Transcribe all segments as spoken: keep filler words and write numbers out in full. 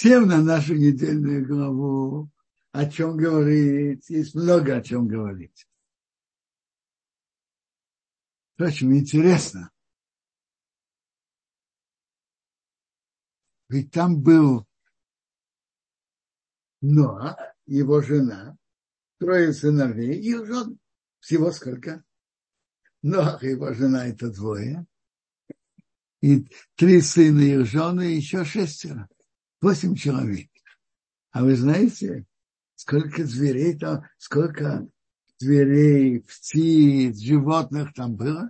Всем на нашу недельную главу о чем говорить. Есть много о чем говорить. Впрочем, интересно. Ведь там был Ноах, его жена, трое сыновей и жен. Всего сколько? Ноах и его жена – это двое. И три сына и их жены, и еще шестеро. Восемь человек. А вы знаете, сколько зверей там, сколько зверей, птиц, животных там было?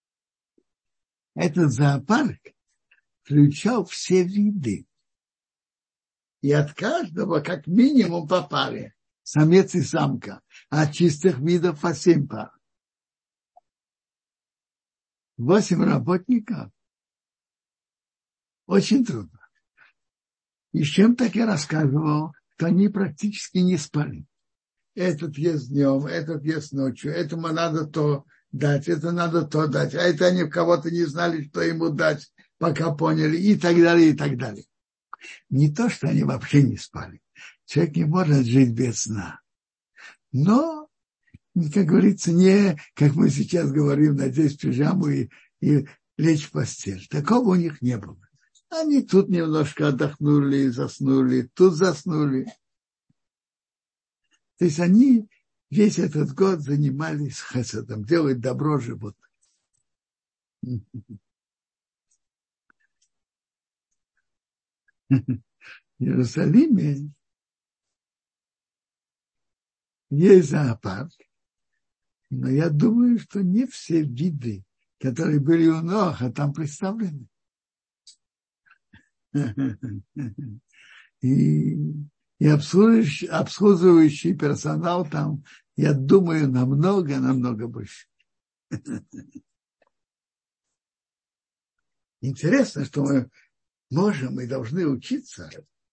Этот зоопарк включал все виды. И от каждого как минимум по паре. Самец и самка. А от чистых видов по семь пар. Восемь работников. Очень трудно. И с чем так я рассказывал, что они практически не спали. Этот ест днем, этот ест ночью, этому надо то дать, это надо то дать. А это они кого-то не знали, что ему дать, пока поняли, и так далее, и так далее. Не то, что они вообще не спали. Человек не может жить без сна. Но, как говорится, не, как мы сейчас говорим, надеть пижаму и, и лечь в постель. Такого у них не было. Они тут немножко отдохнули, заснули, тут заснули. То есть они весь этот год занимались хеседом, делать добро животным. В Иерусалиме есть зоопарк, но я думаю, что не все виды, которые были у Ноаха, там представлены. И, и обслуживающий, обслуживающий персонал там, я думаю, намного-намного больше. Интересно, что мы можем и должны учиться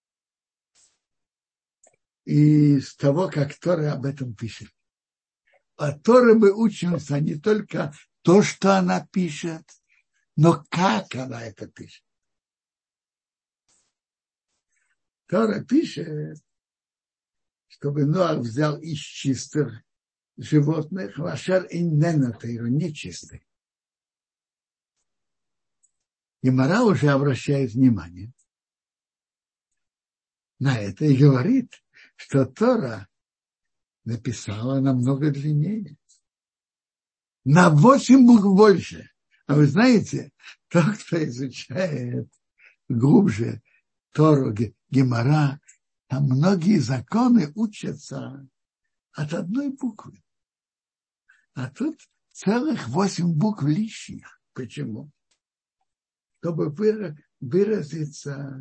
из того, как Тора об этом пишет. От Торы мы учимся не только то, что она пишет, но как она это пишет. Тора пишет, чтобы Ноах взял из чистых животных, вашар и ненатейру, нечистых. И Мара уже обращает внимание на это и говорит, что Тора написала намного длиннее. На восемь букв больше. А вы знаете, тот, кто изучает глубже Тору, Гемара, там многие законы учатся от одной буквы. А тут целых восемь букв лишних. Почему? Чтобы выразиться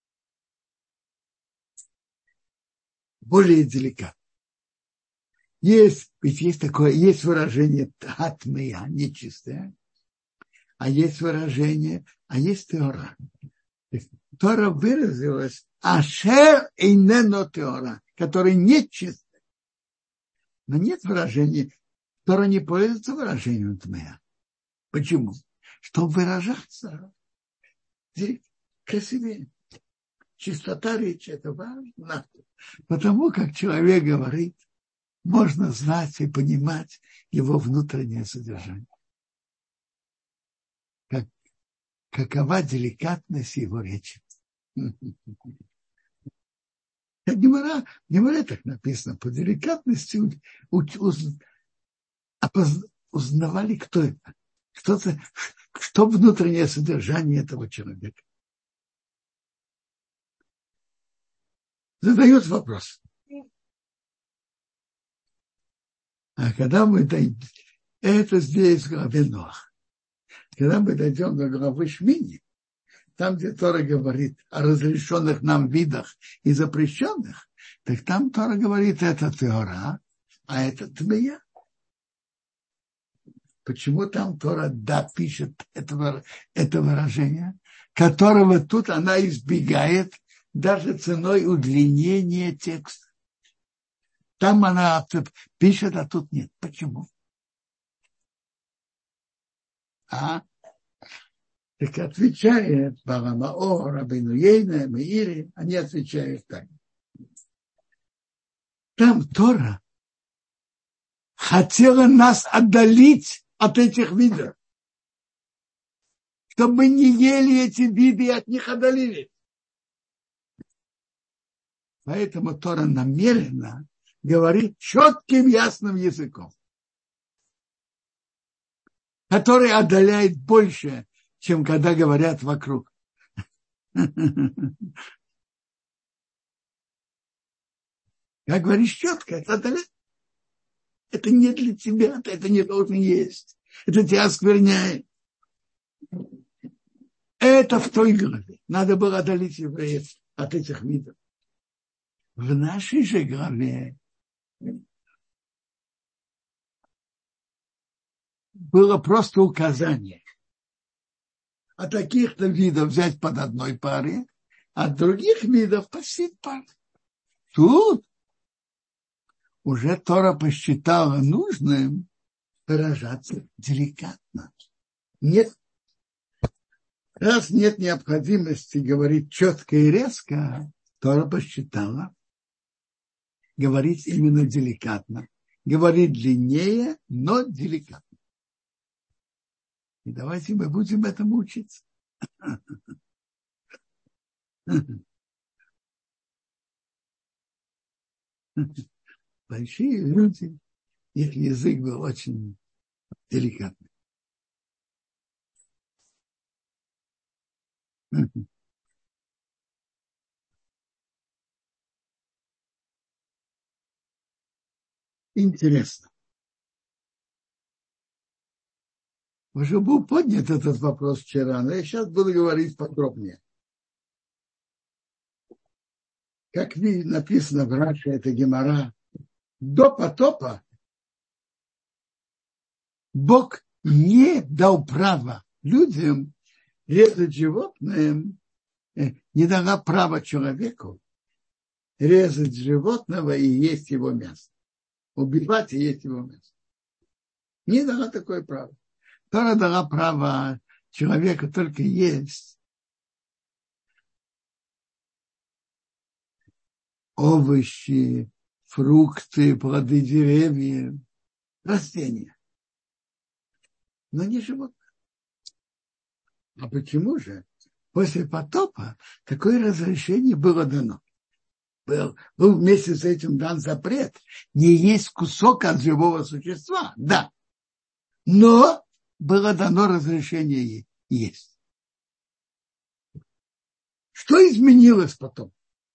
более деликатно. Есть, ведь есть такое, есть выражение татмея, нечистое, а есть выражение, а есть теора. Тора выразилась ашер эйнено теора, который нечистый. Но нет выражения, Тора не пользуется выражением тмея. Почему? Чтобы выражаться красивее. Чистота речи – это важно. Потому как человек говорит, можно знать и понимать его внутреннее содержание. Как, какова деликатность его речи. Гемара, Гемара так написано, по деликатности уз, уз, опоз, узнавали, кто это, что, это, что внутреннее содержание этого человека. Задают вопрос. А когда мы дойдем, это здесь в главе Ноах. Когда мы дойдем до главы Шмини, там, где Тора говорит о разрешенных нам видах и запрещенных, так там Тора говорит, это теора, а это тмея. Почему там Тора да пишет это, это выражение, которого тут она избегает даже ценой удлинения текста. Там она пишет, а тут нет. Почему? А? Так отвечает Баламао, Рабейну Йейна, Меири, они отвечают так. Там Тора хотела нас отдалить от этих видов, чтобы мы не ели эти виды и от них отдалились. Поэтому Тора намеренно говорит четким, ясным языком, который отдаляет больше, чем когда говорят вокруг. Как говоришь четко, это отдаляет. Это не для тебя, ты это не должен есть. Это тебя оскверняет. Это в той главе. Надо было отдалить евреев от этих видов. В нашей же главе было просто указание. А таких-то видов взять под одной паре, а других видов по семь пар. Тут уже Тора посчитала нужным выражаться деликатно. Нет, раз нет необходимости говорить четко и резко, Тора посчитала говорить именно деликатно. Говорить длиннее, но деликатно. И давайте мы будем этому учиться. Большие люди, их язык был очень деликатный. Интересно. Уже был поднят этот вопрос вчера, но я сейчас буду говорить подробнее. Как написано в Раши, это Гемара, до потопа Бог не дал права людям резать животным, не дала права человеку резать животного и есть его мясо. Убивать и есть его мясо. Не дала такое право. Тора дала право человеку только есть овощи, фрукты, плоды деревьев, растения. Но не животных. А почему же? После потопа такое разрешение было дано. Был, был вместе с этим дан запрет не есть кусок от живого существа. Да. Но было дано разрешение есть. Что изменилось потом?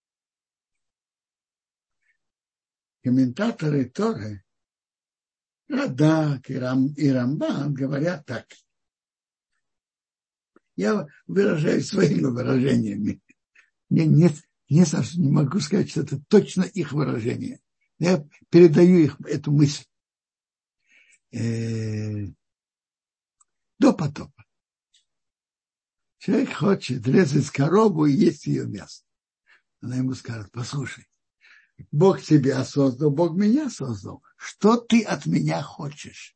Комментаторы Торы, Радак и, Рам, и Рамбан говорят так. Я выражаюсь своими выражениями. Мне нет, не, не могу сказать, что это точно их выражение. Я передаю их, эту мысль. Э, до потопа. Человек хочет резать корову и есть ее мясо. Она ему скажет: послушай, Бог тебя создал, Бог меня создал. Что ты от меня хочешь?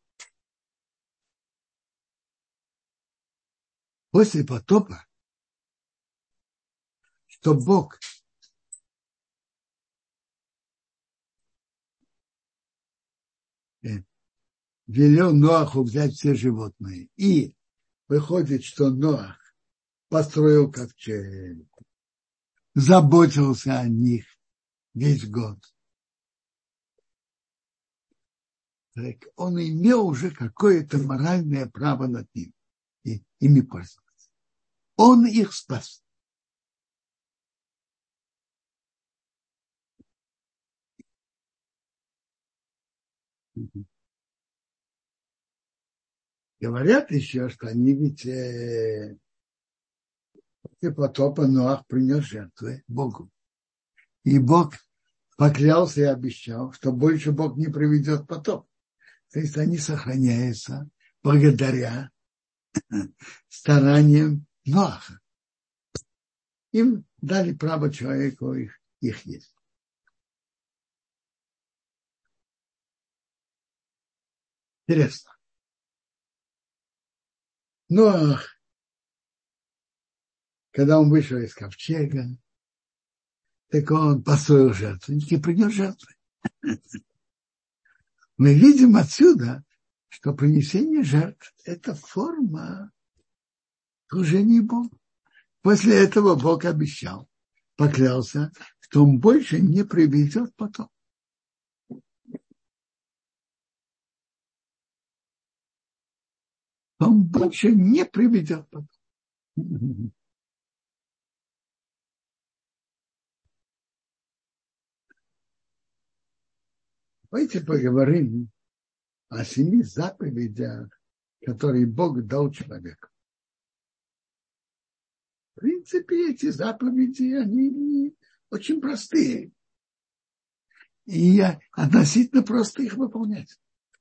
После потопа, что Бог велел Ноаху взять все животные. И выходит, что Ноах построил ковчег, заботился о них весь год. Так он имел уже какое-то моральное право над ним, и ими пользоваться. Он их спас. Говорят еще, что они ведь э, после потопа Ноах принес жертвы Богу. И Бог поклялся и обещал, что больше Бог не приведет потоп. То есть они сохраняются благодаря стараниям Ноаха. Им дали право человеку их, их есть. Интересно. Ноах когда он вышел из ковчега, так он построил жертву и принес жертвы. Мы видим отсюда, что принесение жертв – это форма служения Богу. После этого Бог обещал, поклялся, что он больше не приведет потом. Он больше не приведет потом. Давайте поговорим о семи заповедях, которые Бог дал человеку. В принципе, эти заповеди, они очень простые. И относительно просто их выполнять.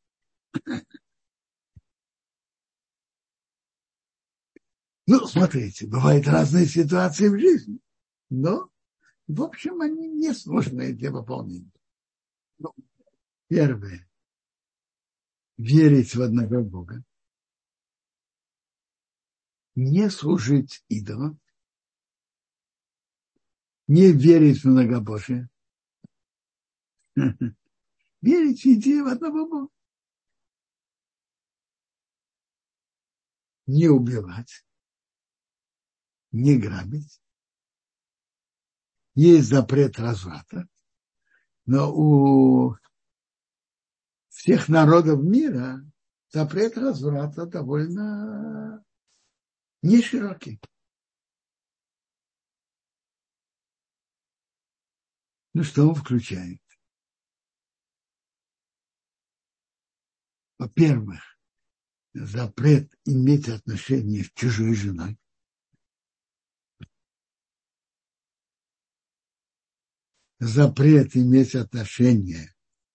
Ну, смотрите, бывают разные ситуации в жизни, но, в общем, они не сложные для выполнения. Ну, первое. Верить в одного Бога. Не служить идолам. Не верить в многобожие. Верить в идею одного Бога. Не убивать. Не грабить. Есть запрет разврата. Но у всех народов мира запрет разврата довольно не широкий. Ну, что он включает? Во-первых, запрет иметь отношения с чужой женой. Запрет иметь отношения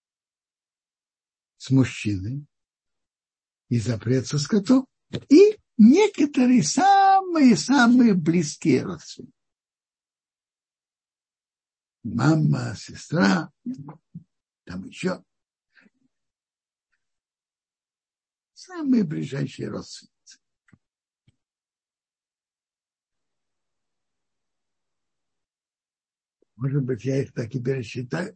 с мужчиной. И запрет со скотом. И некоторые самые-самые близкие родственники. Мама, сестра, там еще. Самые ближайшие родственницы. Может быть, я их так и пересчитаю.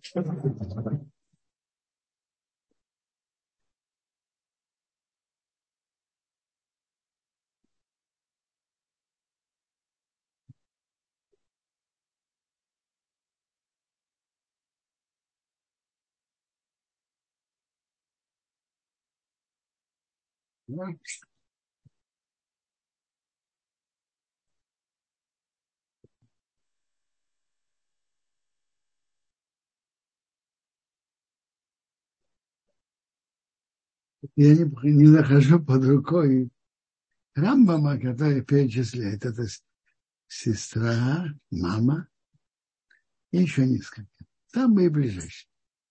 Я не, не нахожу под рукой Рамбама, который перечисляет. Это сестра, мама и еще несколько. Самые ближайшие.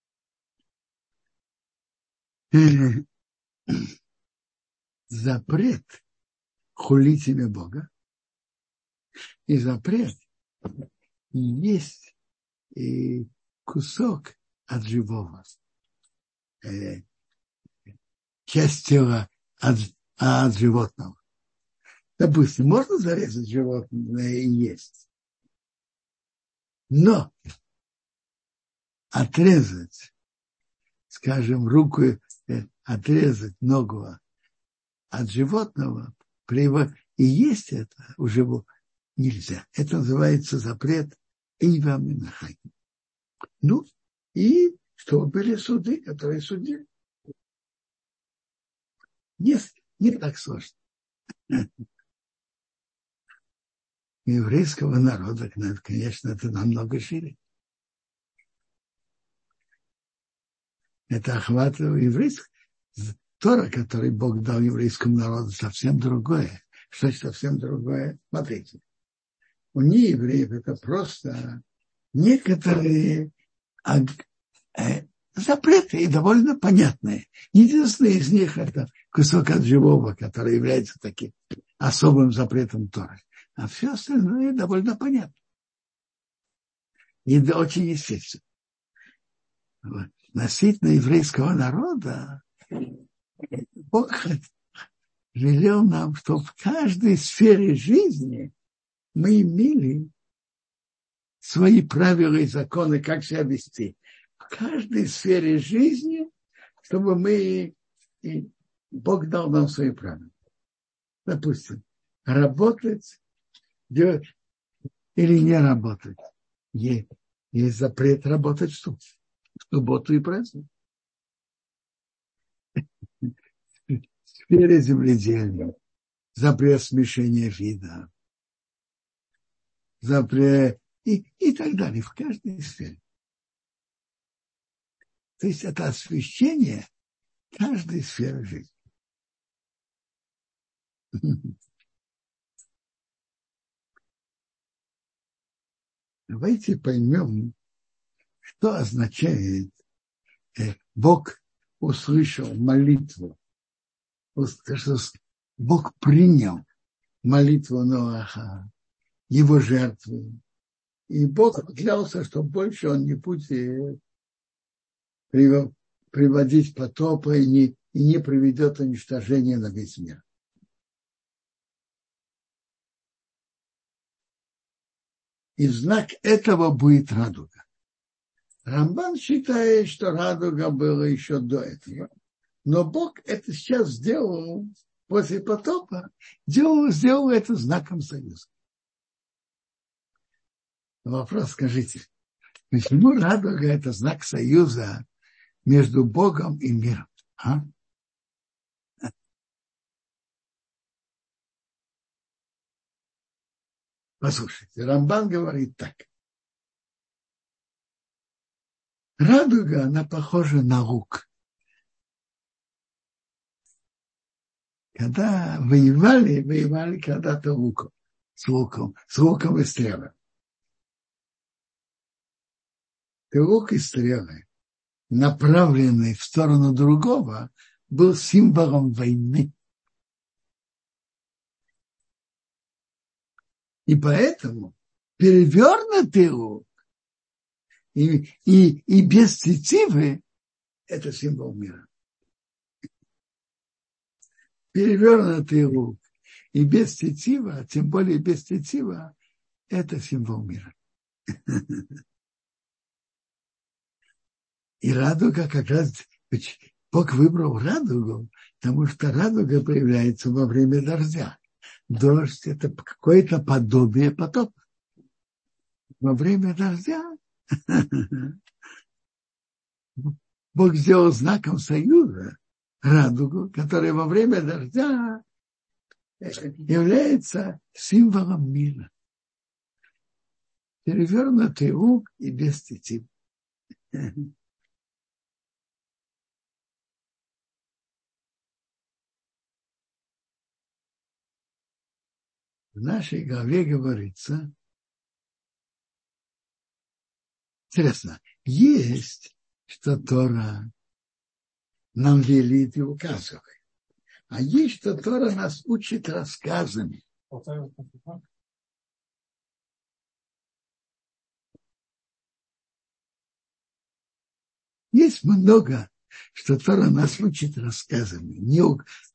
Запрет хулить имя Бога и запрет есть и кусок от живого, э, часть тела от, от животного. Допустим, можно зарезать животное и есть, но отрезать, скажем, руку, э, отрезать ногу от животного и есть это уже нельзя. Это называется запрет Ива Минахай. Ну, и что были суды, которые судили. Не, не так сложно. Еврейского народа, конечно, это намного шире. Это охватывает еврейского. Тора, который Бог дал еврейскому народу, совсем другое. Что совсем другое? Смотрите. У неевреев это просто некоторые э, запреты и довольно понятные. Единственное из них это кусок от живого, который является таким особым запретом Торы. А все остальное довольно понятно. И очень естественно. Вот. Относительно еврейского народа Бог велел нам, что в каждой сфере жизни мы имели свои правила и законы, как себя вести в каждой сфере жизни, чтобы мы, и Бог дал нам свои правила. Допустим, работать, делать или не работать. Есть, есть запрет работать что? В субботу и праздник. В сфере земледелия запрет смешения вида, запрет и, и так далее, в каждой сфере. То есть это освещение каждой сферы жизни. Давайте поймем, что означает э, Бог услышал молитву, что Бог принял молитву Ноаха, его жертвы. И Бог клялся, что больше он не будет приводить потопа и не, и не приведет уничтожения на весь мир. И знак этого будет радуга. Рамбан считает, что радуга была еще до этого. Но Бог это сейчас сделал после потопа, сделал, сделал это знаком союза. Вопрос, скажите, почему радуга это знак союза между Богом и миром? А? Послушайте, Рамбан говорит так. Радуга, она похожа на лук. Когда воевали, воевали когда-то луком, с луком, с луком и стрелами. И лук и стрелы, направленный в сторону другого, был символом войны. И поэтому перевернутый лук и, и, и без тетивы – это символ мира. Перевернутый лук и без тетива, тем более без тетива, это символ мира. И радуга как раз, Бог выбрал радугу, потому что радуга появляется во время дождя. Дождь – это какое-то подобие потопа. Во время дождя Бог сделал знаком союза радугу, которая во время дождя является символом мира. Перевернутый лук и без тетив. В нашей главе говорится, интересно, есть, что Тора нам велит и указывает, а есть, что Тора нас учит рассказами. Есть много, что Тора нас учит рассказами, не,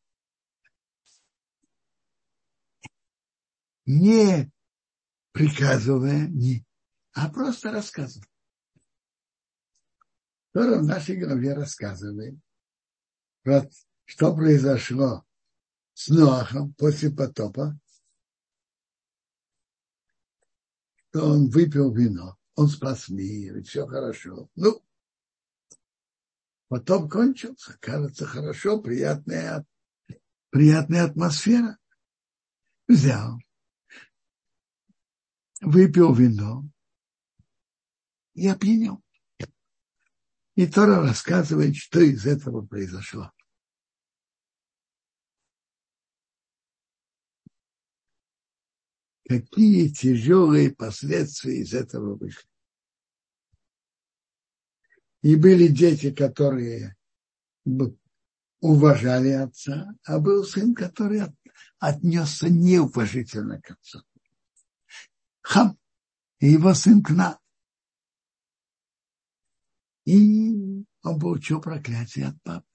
не приказывая, не, а просто рассказывая. Тора в нашей главе рассказывает, что произошло с Ноахом после потопа, что он выпил вино, он спас мир, и все хорошо. Ну, потоп кончился, кажется, хорошо, приятная, приятная атмосфера. Взял, выпил вино и опьянел. И Тора рассказывает, что из этого произошло. Какие тяжелые последствия из этого вышли. И были дети, которые уважали отца, а был сын, который отнесся неуважительно к отцу. Хам и его сын Кнат. И он получил проклятие от папы,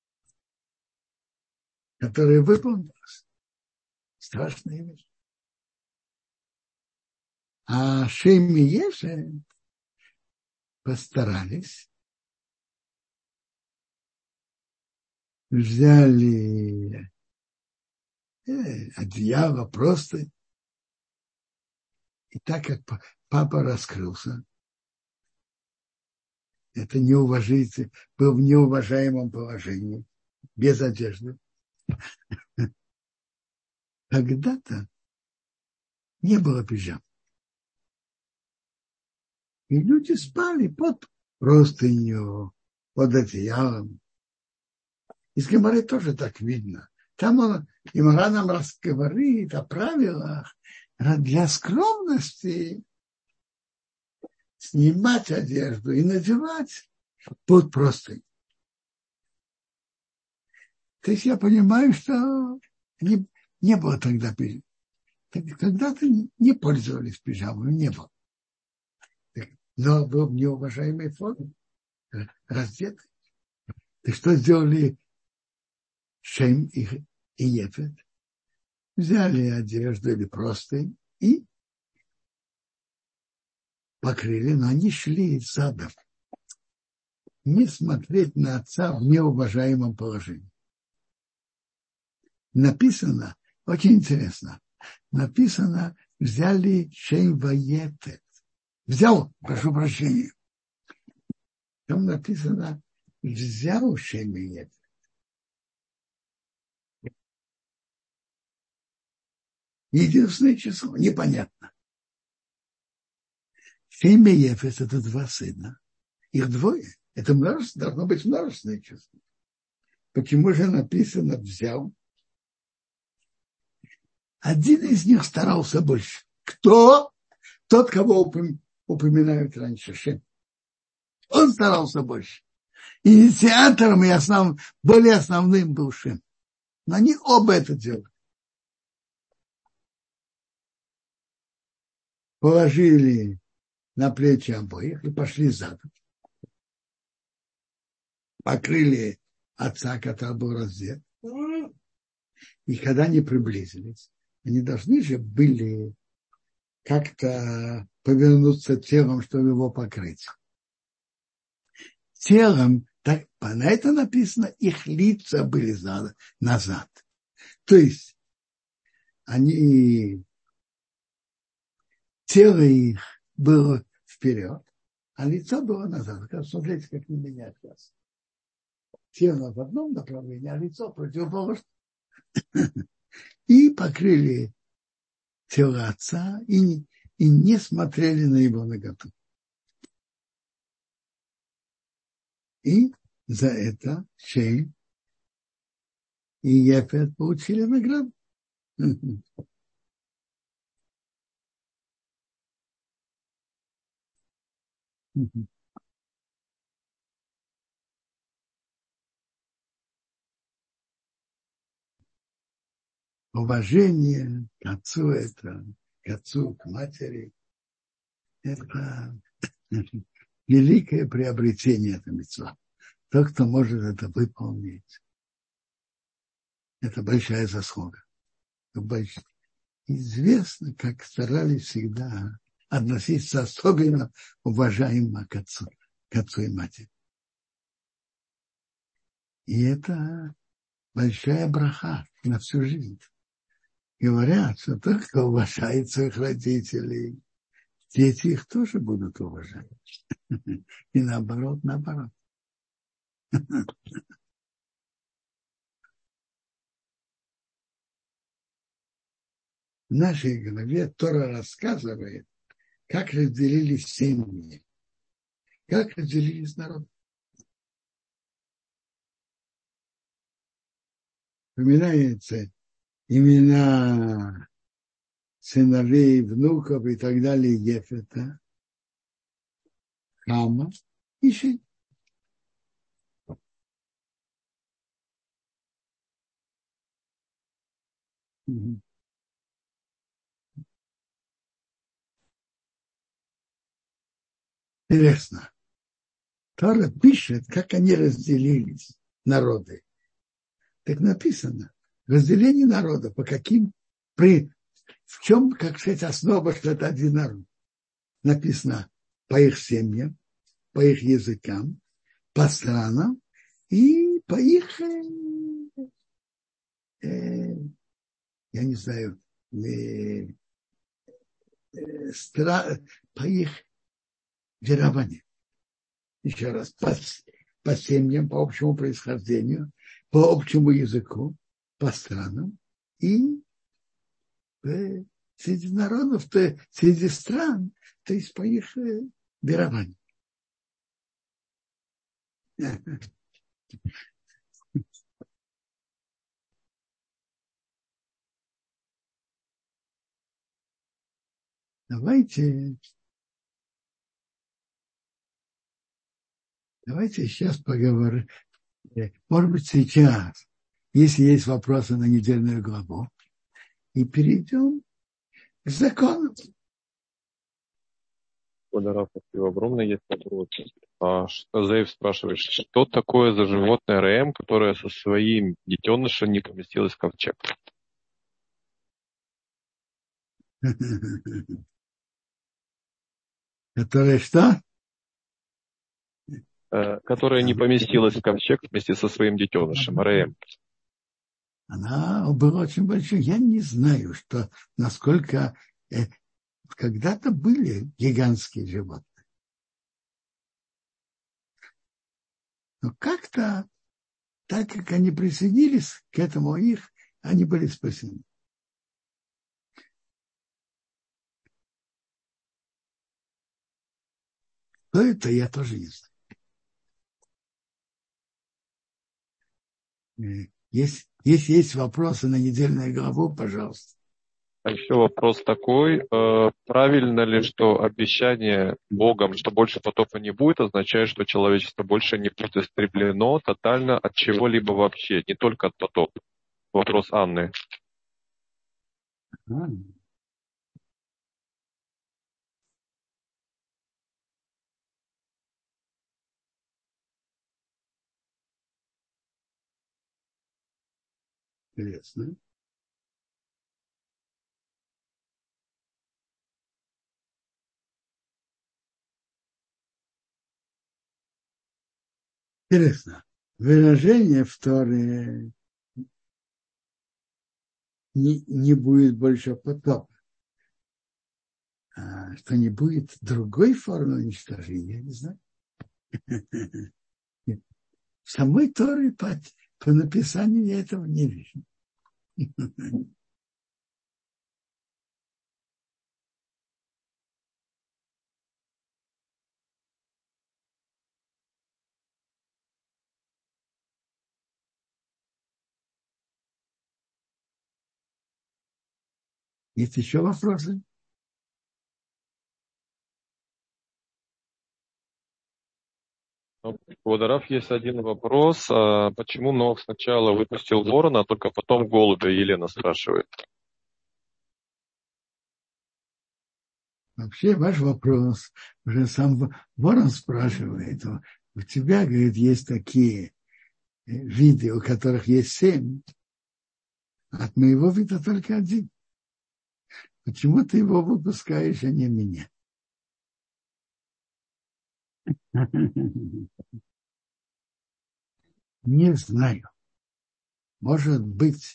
которое выполнилось. Страшная вещь. А Шем и Ефет постарались, взяли э, одеяло просто, и так как папа раскрылся, это неуважитель, был в неуважаемом положении, без одежды. Когда-то не было пижам. И люди спали под простынью, под одеялом. Из Гемары тоже так видно. Там он, Гемара нам говорит о правилах для скромности снимать одежду и надевать под простыню. То есть я понимаю, что не, не было тогда пижам. Когда-то не пользовались пижамами, не было. Но был в неуважаемой форме, раздетый. И что сделали Шем и, и Ефет? Взяли одежду или простынь и покрыли, но они шли задом. Не смотреть на отца в неуважаемом положении. Написано, очень интересно, написано, взяли Шем и Ефет. Взял, прошу прощения. Там написано, взял Шем и Ефет. Единственное число, непонятно. Шем и Ефет – это два сына. Их двое. Это множество, должно быть множественное число. Почему же написано «взял»? Один из них старался больше. Кто? Тот, кого упоминают раньше, Шем. Он старался больше. Инициатором и основным, более основным был Шем. Но они оба это делали. Положили на плечи обоих и пошли задом. Покрыли отца, который был раздет. И когда они приблизились, они должны же были как-то повернуться телом, чтобы его покрыть. Телом, так, на это написано, их лица были назад. То есть они, тело их было вперед, а лицо было назад. Смотрите, как на меня класс. Тело в одном направлении, а лицо противоположно. И покрыли тело отца и, и не смотрели на его наготу. И за это Шем и Ефет получили награду. Уважение к отцу, это, к отцу, к матери, это великое приобретение, это мицва. Тот, кто может это выполнить, это большая заслуга. Известно, как старались всегда относиться особенно уважаемо к отцу, к отцу и матери. И это большая браха на всю жизнь. Говорят, что тот, кто уважает своих родителей, дети их тоже будут уважать. И наоборот, наоборот. В нашей главе Тора рассказывает, как разделились семьи, как разделились народы. Вспоминается имена сыновей, внуков и так далее Ефета, Хама и Шем. Угу. Интересно. Тора пишет, как они разделились, народы. Так написано, разделение народа, по каким, при, в чем, как сказать, основа, что это один народ. написано по их семьям, по их языкам, по странам и по их, э, э, я не знаю, э, э, стра, по их верованию. Еще раз, по, по семьям, по общему происхождению, по общему языку, по странам и э, среди народов, то, среди стран, то есть по их э, верованию. Давайте, давайте сейчас поговорим. Может быть, сейчас, если есть вопросы на недельную главу, и перейдем к законам. Благодарю, спасибо огромное. Есть вопрос. А, Зейв спрашивает, что такое за животное РМ, которое со своим детенышем не поместилось в ковчег? Которое что? Которое не поместилось в ковчег вместе со своим детенышем, РМ. Она была очень большой. Я не знаю, что насколько... Э, когда-то были гигантские животные. Но как-то, так как они присоединились к этому их, они были спасены. Что это, я тоже не знаю. Если, если есть вопросы на недельную главу, пожалуйста. А еще вопрос такой, правильно ли, что обещание Богом, что больше потопа не будет, означает, что человечество больше не будет истреблено тотально от чего-либо вообще, не только от потопа? Вопрос Анны. А. Интересно. Интересно. Выражение в Торе не, не будет больше потопа. А что не будет другой формы уничтожения, я не знаю. В самой Торе по, по написанию я этого не вижу. Есть еще вопросы? У Дарав есть один вопрос. Почему Нох сначала выпустил ворона, а только потом голубя? Елена спрашивает. Вообще ваш вопрос, уже сам ворон спрашивает. У тебя, говорит, есть такие виды, у которых есть семь. От моего вида только один. Почему ты его выпускаешь, а не меня? Не знаю. Может быть.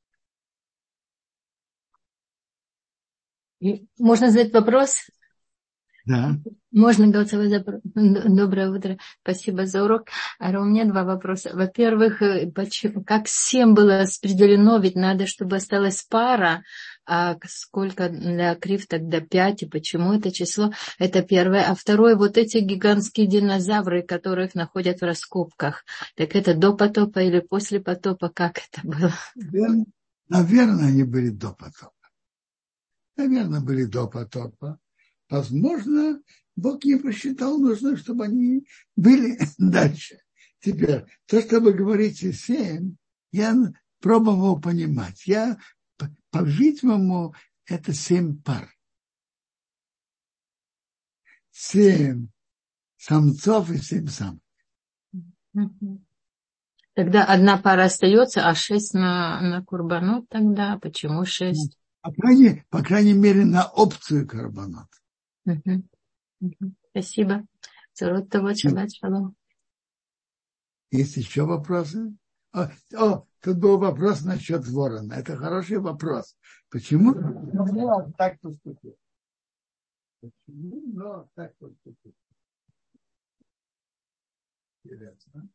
Можно задать вопрос? Да. Можно голосовать за... Доброе утро. Спасибо за урок. А у меня два вопроса. Во-первых, почему, как семь было распределено, ведь надо, чтобы осталась пара, а сколько для крив тогда пять, и почему это число? Это первое. А второе, вот эти гигантские динозавры, которых находят в раскопках, так это до потопа или после потопа, как это было? Наверное, наверное они были до потопа. Наверное, были до потопа. Возможно, Бог не посчитал нужно, чтобы они были дальше. Теперь, то, что вы говорите семь, я пробовал понимать. Я, по-видимому, это семь пар. Семь самцов и семь самок. Тогда одна пара остается, а шесть на, на курбанот тогда. Почему шесть? По крайней, по крайней мере, на опцию карбонат. Uh-huh. Спасибо. Шаббат шалом. Есть еще вопросы? О, о, тут был вопрос насчет ворона. Это хороший вопрос. Почему Ноах так поступил? Почему Ноах так поступил? Интересно.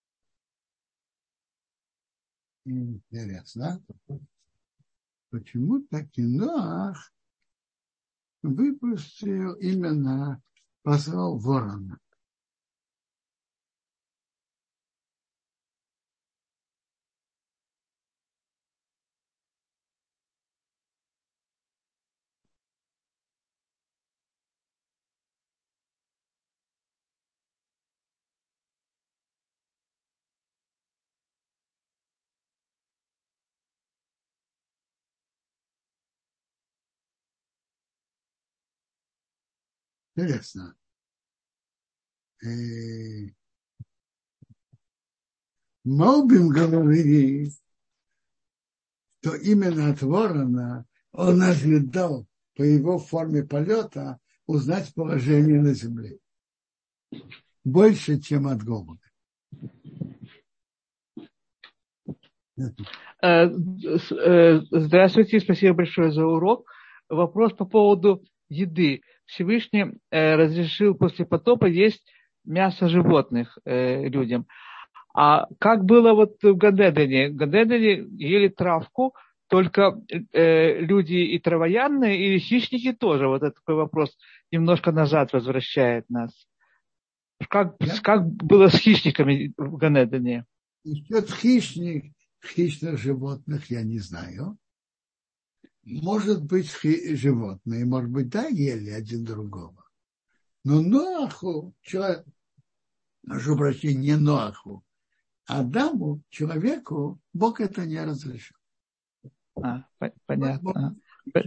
Интересно. Почему таки Ноах выпустил именно, послал ворона? Интересно. Молбим говорит, что именно от ворона он ожидал по его форме полета узнать положение на земле. Больше, чем от голубя. Здравствуйте, спасибо большое за урок. Вопрос по поводу еды. Всевышний э, разрешил после потопа есть мясо животных э, людям. А как было вот в Ганедене? В Ганедене ели травку только э, люди и травоядные, или хищники тоже? Вот этот такой вопрос немножко назад возвращает нас. Как, как было с хищниками в Ганедене? Насчет хищник, хищных животных я не знаю. Может быть, хи- животные, может быть, да, ели один другого. Но Ноаху, человек, прошу прощения, не Ноаху, Адаму, человеку, Бог это не разрешил. А, понятно. Бог,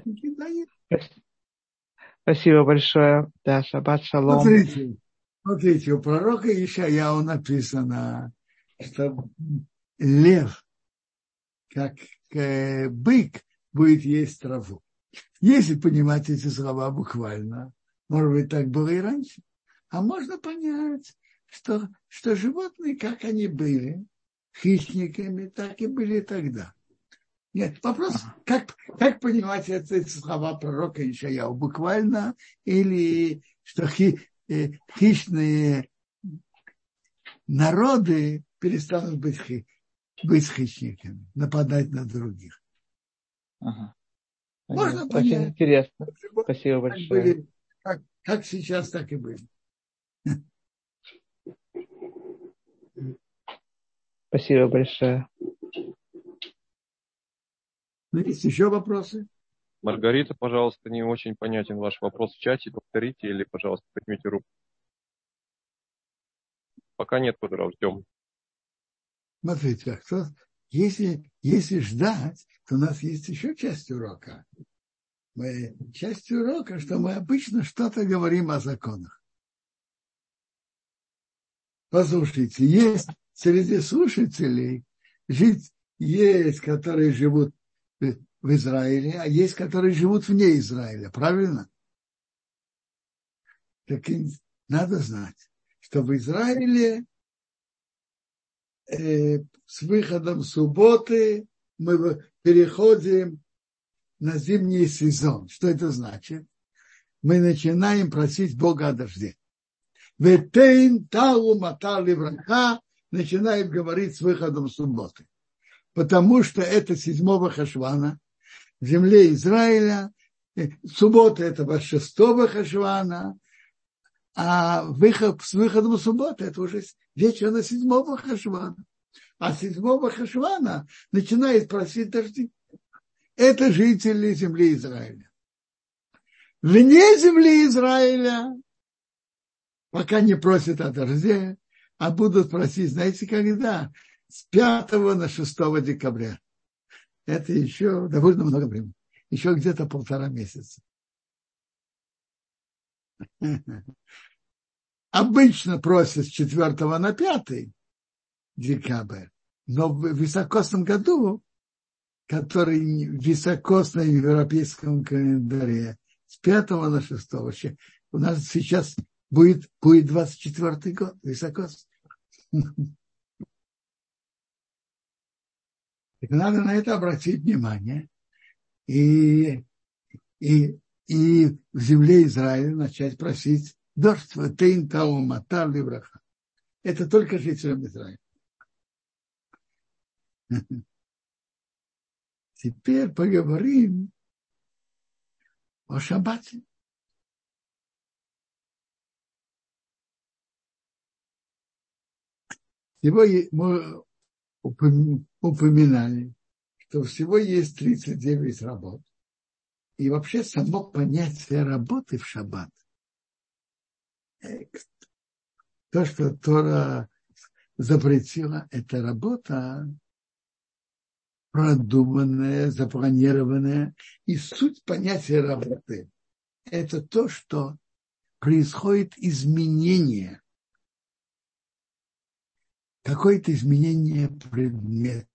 Спасибо большое. Да, шаббат шалом. Смотрите, смотрите, у пророка Ишаяу написано, что лев, как э, бык, будет есть траву. Если понимать эти слова буквально, может быть, так было и раньше. А можно понять, что, что животные, как они были, хищниками, так и были тогда. Нет, вопрос, как, как понимать эти слова пророка Ишаяу буквально, или что хи, э, хищные народы перестанут быть, хи, быть хищниками, нападать на других. Ага. Можно Очень понять. Интересно. Спасибо большое. Были, как, как сейчас, так и были. Спасибо большое. Есть еще вопросы? Маргарита, пожалуйста, не очень понятен ваш вопрос в чате. Повторите или, пожалуйста, поднимите руку. Пока нет, подрав, ждем. Смотрите, кто, если, если ждать, то у нас есть еще часть урока. Мы, часть урока, что мы обычно что-то говорим о законах. Послушайте, есть среди слушателей, жить, есть, которые живут в Израиле, а есть, которые живут вне Израиля. Правильно? Так надо знать, что в Израиле э, с выходом субботы мы переходим на зимний сезон. Что это значит? Мы начинаем просить Бога о дожде. Ветейн талу матар левраха начинает говорить с выходом субботы. Потому что это седьмого Хешвана в земле Израиля. Суббота это шестого Хешвана, а выход, с выходом субботы это уже вечер на седьмого Хешвана. А седьмого Хешвана начинает просить дожди. Это жители земли Израиля. Вне земли Израиля пока не просят о дожде, а будут просить, знаете, когда? С пятого на шестого декабря. Это еще довольно много времени. Еще где-то полтора месяца. Обычно просят с четвёртого на пятый декабря, но в високосном году, который в високосном европейском календаре, с пятого на шестого, у нас сейчас будет, будет двадцать четвёртый год, высоко. Надо на это обратить внимание. И, и, и в земле Израиля начать просить дождь. Тейн тау матар либраха. Это только жителям Израиля. Теперь поговорим о шаббате. Сегодня мы упоминали, что всего есть тридцать девять работ. И вообще само понятие работы в шаббат, то, что Тора запретила, это работа продуманная, запланированная. И суть понятия работы – это то, что происходит изменение, какое-то изменение предмета.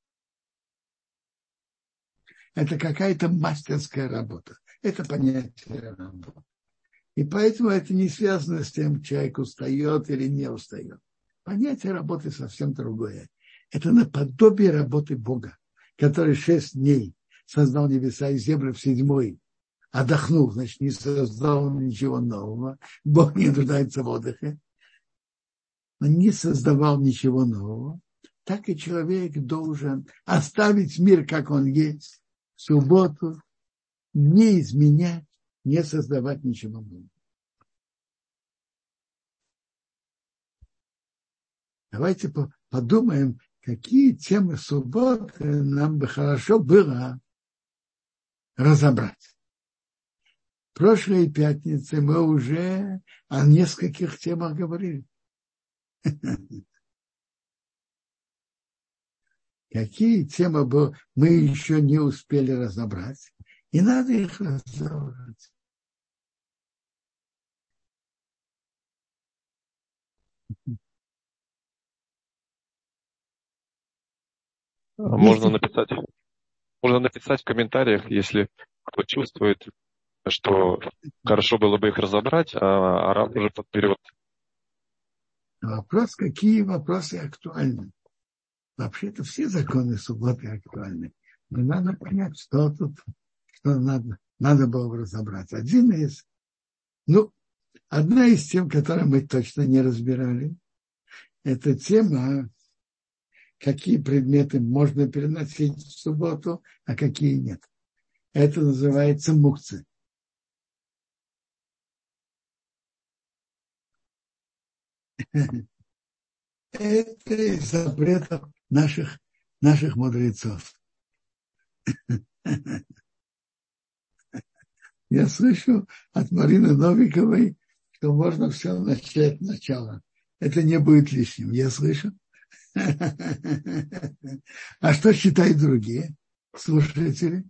Это какая-то мастерская работа. Это понятие работы. И поэтому это не связано с тем, человек устает или не устает. Понятие работы совсем другое. Это наподобие работы Бога, который шесть дней создал небеса и землю, в седьмой отдохнул, значит, не создал ничего нового. Бог не нуждается в отдыхе. Он не создавал ничего нового. Так и человек должен оставить мир, как он есть, в субботу, не изменять, не создавать ничего нового. Давайте подумаем, какие темы субботы нам бы хорошо было разобрать. В прошлой пятнице мы уже о нескольких темах говорили. Какие темы мы еще не успели разобрать, и надо их разобрать. Можно написать, можно написать в комментариях, если кто чувствует, что хорошо было бы их разобрать, а Рав уже подберет. Вопрос, какие вопросы актуальны. Вообще-то все законы субботы актуальны. Но надо понять, что тут, что надо, надо было бы разобрать. Один из, ну, одна из тем, которые мы точно не разбирали, это тема, какие предметы можно переносить в субботу, а какие нет. Это называется мукцы. Это из запретов наших, наших мудрецов. Я слышу от Марины Новиковой, что можно все начать сначала. Это не будет лишним. Я слышу. А что считают другие слушатели?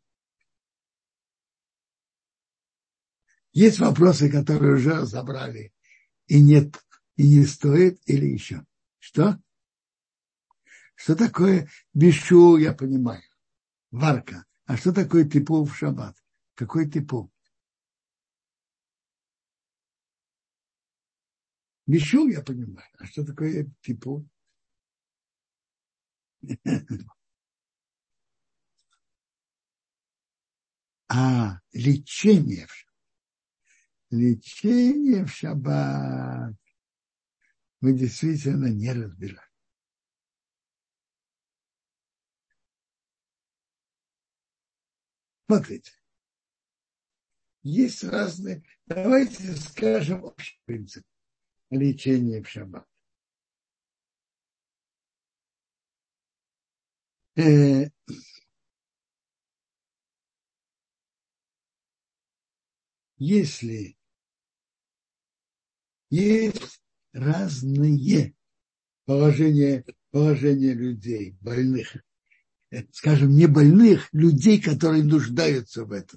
Есть вопросы, которые уже разобрали, и нет, и не стоит, или еще. Что? Что такое бишу, я понимаю, варка. А что такое типул в шаббат? Какой типул? Бишу, я понимаю. А что такое типул? А, лечение в шаббат. Лечение в шаббат мы действительно не разбираем. Смотрите, есть разные, давайте скажем общий принцип лечения в шаббат. Э, если есть разные положения, положения людей, больных, скажем, не больных, людей, которые нуждаются в этом.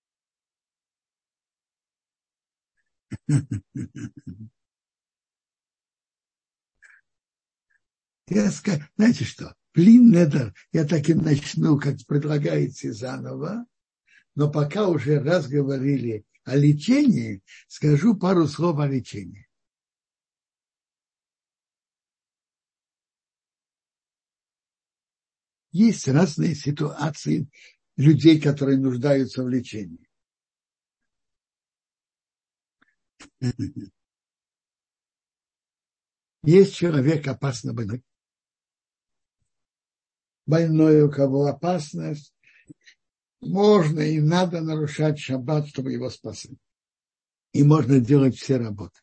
Я скажу, знаете что, блин, недер, я так и начну, как предлагаете заново, но пока уже раз говорили о лечении, скажу пару слов о лечении. Есть разные ситуации людей, которые нуждаются в лечении. Есть человек опасно больной. Больной, у кого опасность, можно и надо нарушать шаббат, чтобы его спасать. И можно делать все работы.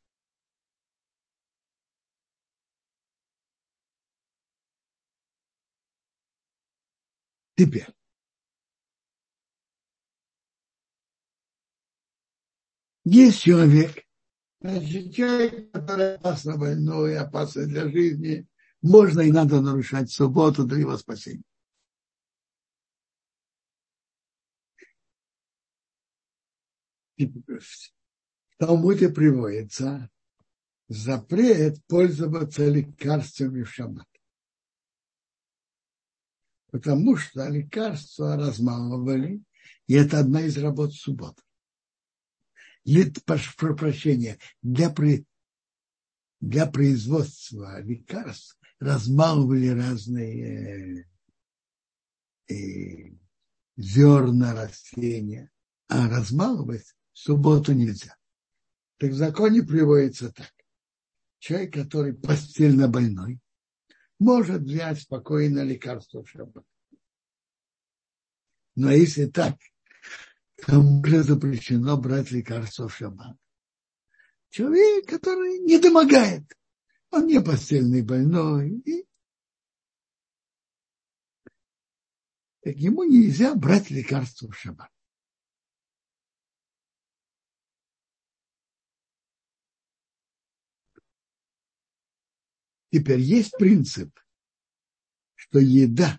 Теперь. Есть человек, значит, человек, который опасно больной, опасный для жизни, можно и надо нарушать субботу для его спасения. В Талмуде приводится запрет пользоваться лекарствами в шаббат. Потому что лекарства размалывали, и это одна из работ субботы. Прошу прощения, для, для производства лекарств размалывали разные э, э, зерна, растения, а размалывать в субботу нельзя. Так в законе приводится так. Человек, который постельно больной, может взять спокойно лекарство в шаббат. Но если так, кому же запрещено брать лекарство в шаббат? Человек, который не домогает. Он не постельный больной. И так ему нельзя брать лекарство в шаббат. Теперь есть принцип, что еда,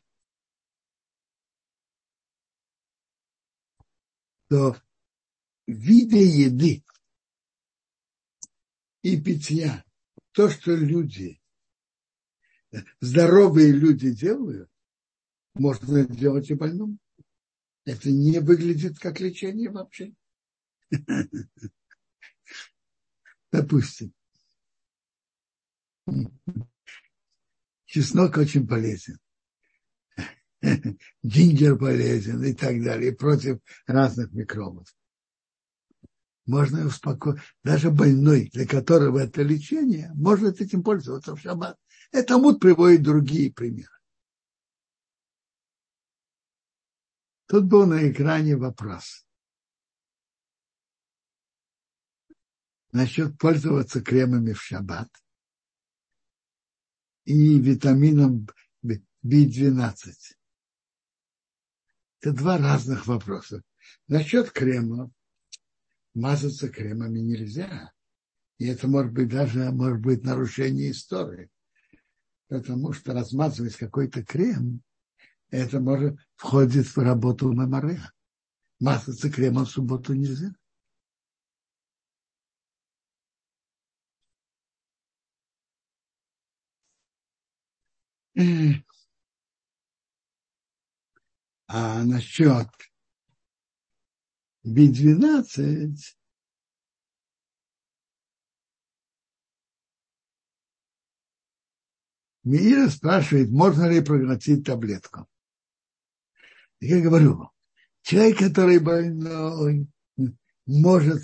то виды еды и питья, то, что люди, здоровые люди делают, можно делать и больному. Это не выглядит как лечение вообще. Допустим, чеснок очень полезен, джинджер полезен и так далее, против разных микробов. Можно успокоить. Даже больной, для которого это лечение, может этим пользоваться в шаббат. Это Талмуд приводит другие примеры. Тут был на экране вопрос. Насчет пользоваться кремами в шаббат и витамином би двенадцать. Это два разных вопроса. Насчет крема. Мазаться кремами нельзя. И это может быть даже может быть нарушение истории. Потому что размазывать какой-то крем, это может входит в работу меморея. Мазаться кремом в субботу нельзя. А насчет би двенадцать Мира спрашивает, можно ли проглотить таблетку. Я говорю, человек, который больной, может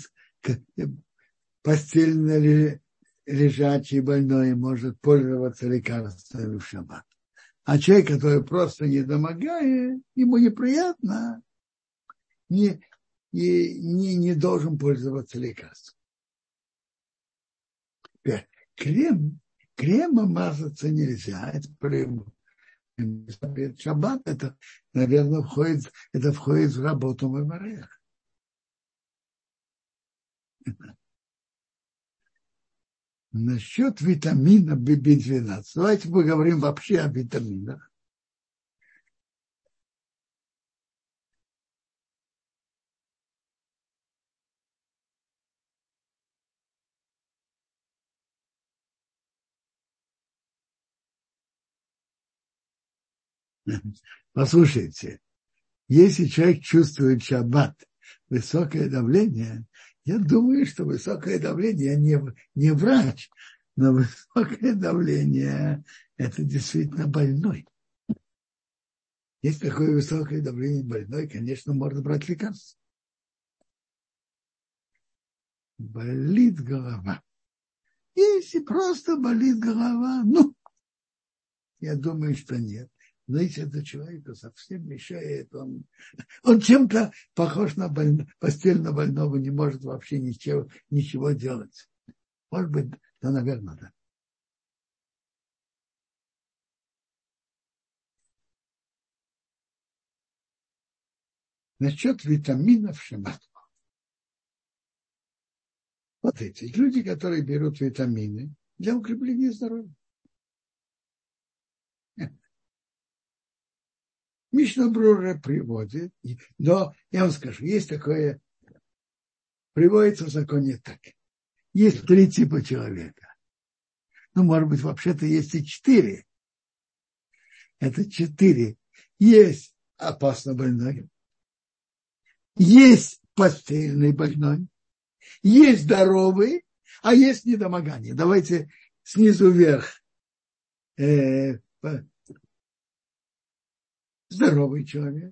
постельно лежачий больной, может пользоваться лекарствами в шаббат. А человек, который просто не домогает, ему неприятно, не, не, не, не должен пользоваться лекарством. Теперь, крем, кремом мазаться нельзя. Это прям шаббат, это, наверное, входит, это входит в работу меморея. Насчет витамина би двенадцать. Давайте поговорим вообще о витаминах. Послушайте, если человек чувствует шаббат, высокое давление, я думаю, что высокое давление не, не врач, но высокое давление – это действительно больной. Если такое высокое давление больной, конечно, можно брать лекарства. Болит голова. Если просто болит голова, ну, я думаю, что нет. Но если это человеку совсем мешает, он, он чем-то похож на больно, постельно больного, не может вообще ничего, ничего делать. Может быть, да, наверное, да. Насчет витаминов шемат. Вот эти люди, которые берут витамины для укрепления здоровья. Мишна Брура приводит, но я вам скажу, есть такое, приводится в законе так. Есть три типа человека. Ну, может быть, вообще-то есть и четыре. Это четыре. Есть опасно больной. Есть постельный больной. Есть здоровый, а есть недомогание. Давайте снизу вверх. Э, здоровый человек.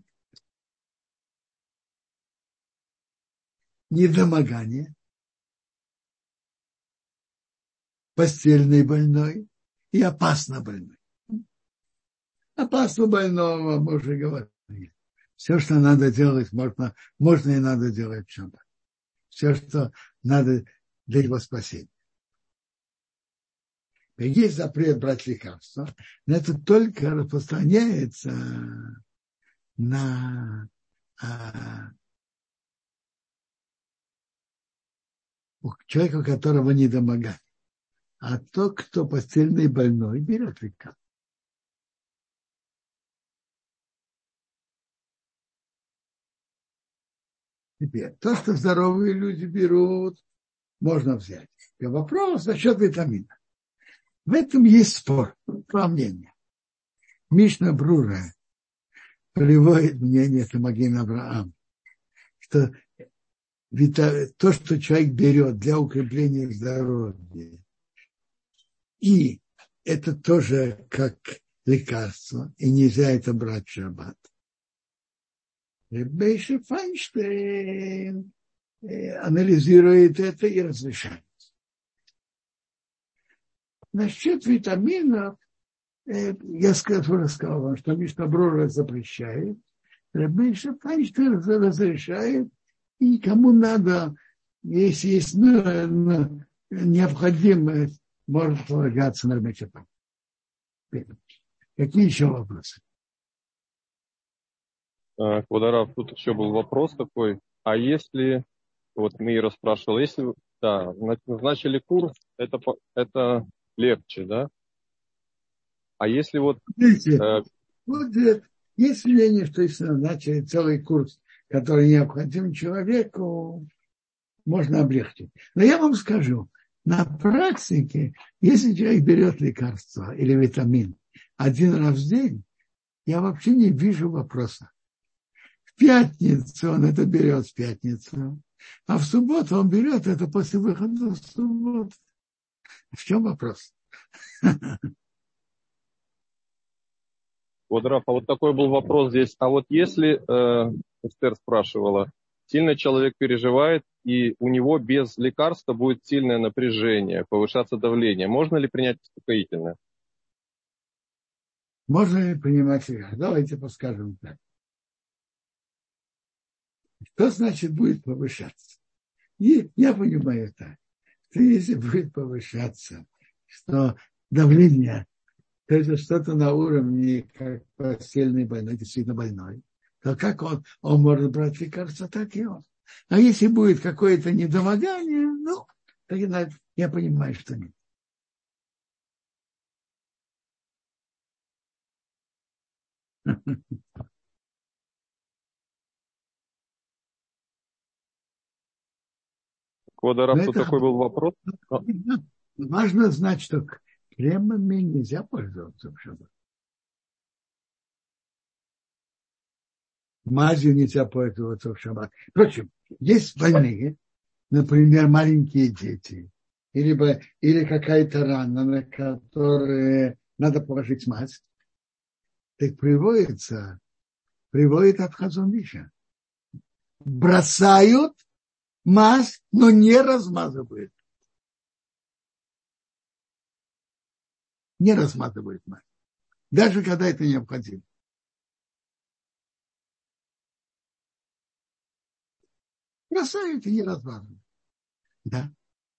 Недомогание. Постельный больной и опасно больной. Опасно больного мы уже говорили. Все, что надо делать, можно, можно и надо делать в шаббат. Все, что надо для его спасения. Есть запрет брать лекарства, но это только распространяется на а, человека, у которого недомогание. А тот, кто постельный больной, берет лекарство. Теперь, то, что здоровые люди берут, можно взять. И вопрос насчет витамина. В этом есть спор, по мнению. Мишна Брура приводит мнение Маген Авраам, что то, что человек берет для укрепления здоровья, и это тоже как лекарство, и нельзя это брать в шаббат. Ребейши Файнштейн анализирует это и разрешает. Насчет витаминов, я уже сказал вам, что Мишна Брура запрещает, Ребейши Файнштейн разрешает, и кому надо, если есть ну, необходимость, может полагаться на Ребейши Файнштейн. Какие еще вопросы? Квадарав, тут еще был вопрос такой, а если, вот Мира спрашивал, если, да, назначили курс, это, это легче, да? А если вот... Видите, э... вот есть мнение, что если назначили целый курс, который необходим человеку, можно облегчить. Но я вам скажу, на практике, если человек берет лекарство или витамин один раз в день, я вообще не вижу вопроса. В пятницу он это берет в пятницу, а в субботу он берет это после выхода в субботу. В чем вопрос? Вот, Раф, а вот такой был вопрос здесь. А вот если, э, Эстер спрашивала, сильно человек переживает, и у него без лекарства будет сильное напряжение, повышаться давление, можно ли принять успокоительное? Можно ли принимать лекарства? Давайте подскажем так. Что значит будет повышаться? И я понимаю так, что если будет повышаться, что давление, то это что-то на уровне, как постельный больной, действительно больной, то как он, он может брать лекарства, так и он. А если будет какое-то недомогание, ну, тогда я понимаю, что нет. Квадарав, тут такой был вопрос. Важно знать, что кремами нельзя пользоваться в шаббат. Мазью нельзя пользоваться в шаббат. Впрочем, есть больные, например, маленькие дети, или, или какая-то рана, на которую надо положить мазь, так приводится, приводит от Хазон Иша. Бросают мазь, но не размазывают. Не размазывают мазь. Даже когда это необходимо. Бросают и не размазывают. Да.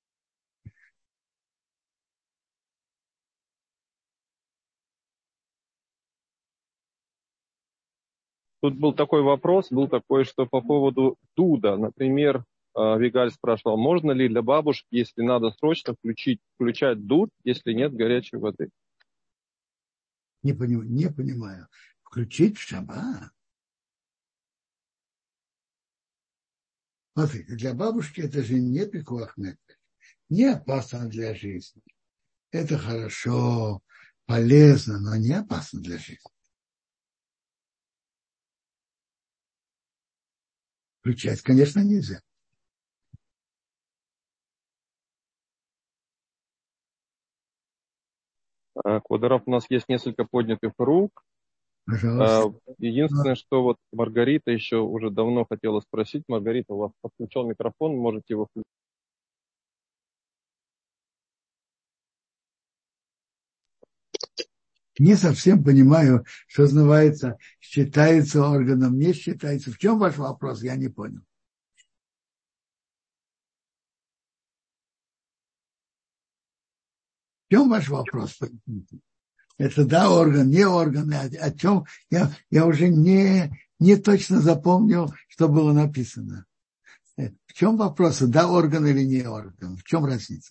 Тут был такой вопрос, был такой, что по поводу дуда, например, Вигаль спрашивал, можно ли для бабушки, если надо срочно включить, включать дуд, если нет горячей воды? Не понимаю, не понимаю. Включить в шаббат? Смотрите, для бабушки это же не пикуах нефеш, не опасно для жизни. Это хорошо, полезно, но не опасно для жизни. Включать, конечно, нельзя. Квадров, у нас есть несколько поднятых рук. Пожалуйста. Единственное, что вот Маргарита еще уже давно хотела спросить. Маргарита, у вас подключен микрофон, можете его включить. Не совсем понимаю, что называется, считается органом, не считается. В чем ваш вопрос? Я не понял. В чем ваш вопрос? Это да, орган, не орган. О чем? Я, я уже не, не точно запомнил, что было написано. В чем вопрос? Да, орган или не орган? В чем разница?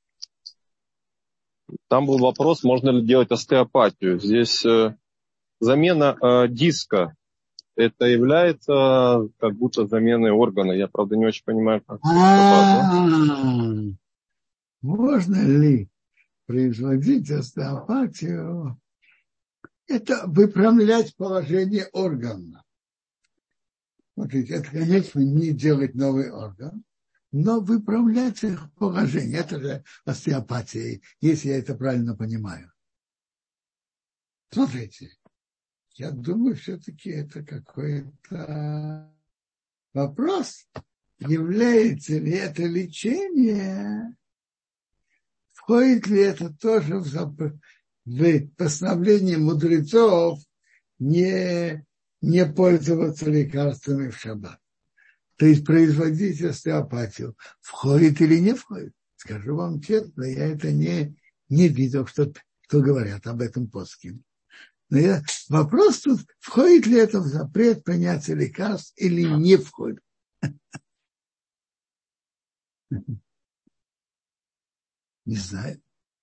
Там был вопрос, можно ли делать остеопатию. Здесь э, замена э, диска. Это является как будто заменой органа. Я, правда, не очень понимаю, как это. Можно ли производить остеопатию? Это выправлять положение органа. Смотрите, это, конечно, не делать новый орган, но выправлять их положение. Это же остеопатия, если я это правильно понимаю. Смотрите, я думаю, все-таки это какой-то вопрос, является ли это лечение, входит ли это тоже в, зап- в постановление мудрецов не, не пользоваться лекарствами в шаббат. То есть производить остеопатию входит или не входит. Скажу вам честно, я это не, не видел, что, что говорят об этом поским. Но я, вопрос тут, входит ли это в запрет принятия лекарств или не входит. Не знаю.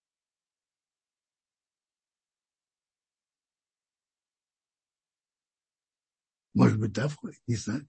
Может быть, да, входит, не знаю.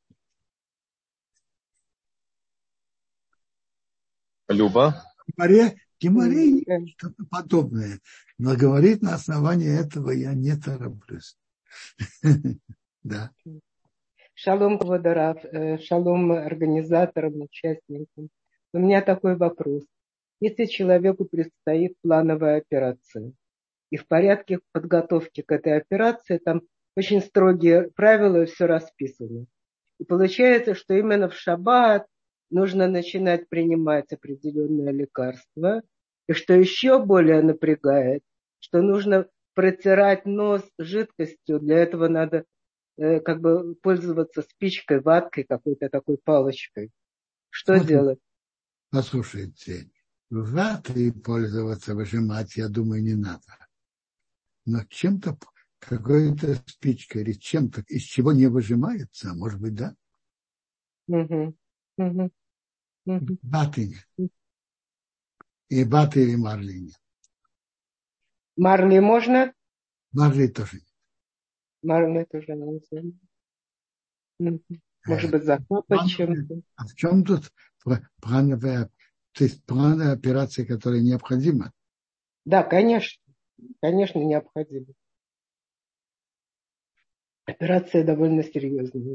Люба? В Гемаре что-то подобное. Но говорить на основании этого я не тороплюсь. Да. Шалом, Квадров, шалом организаторам, участникам. У меня такой вопрос. Если человеку предстоит плановая операция, и в порядке подготовки к этой операции там очень строгие правила, и все расписано. И получается, что именно в шаббат нужно начинать принимать определенные лекарства. И что еще более напрягает, что нужно протирать нос жидкостью. Для этого надо э, как бы пользоваться спичкой, ваткой, какой-то такой палочкой. Что Смотрите, делать? Послушайте, ватой пользоваться, выжимать, я думаю, не надо. Но чем-то, какой-то спичкой или чем-то, из чего не выжимается, может быть, да? Угу. Угу. Угу. Ваты нет. И ваты или марли нет. Марли можно? Марли тоже нет. Марли тоже нельзя. Угу. Может быть, закапать чем-то. А в чем тут плановая, то есть плановая операция, которая необходима? Да, конечно. Конечно, необходимо. Операция довольно серьезная.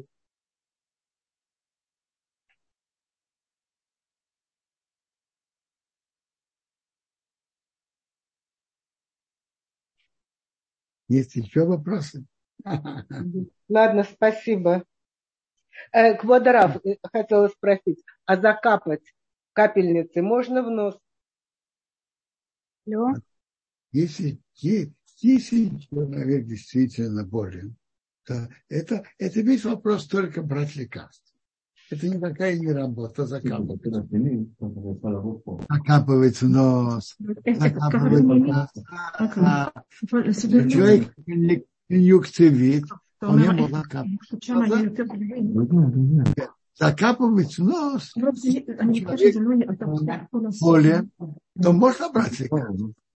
Есть еще вопросы? Ладно, спасибо. Э, Квадрав, хотела спросить, а закапать капельницы можно в нос? Алло? Если, если человек действительно болен, то это, это весь вопрос только брать лекарства. Это никакая не работа закапывать. Закапывать в нос, закапывать в нос. Человек конъюнктивит, он не может закапывать. Закапывать в нос, человек болен, то можно брать лекарства.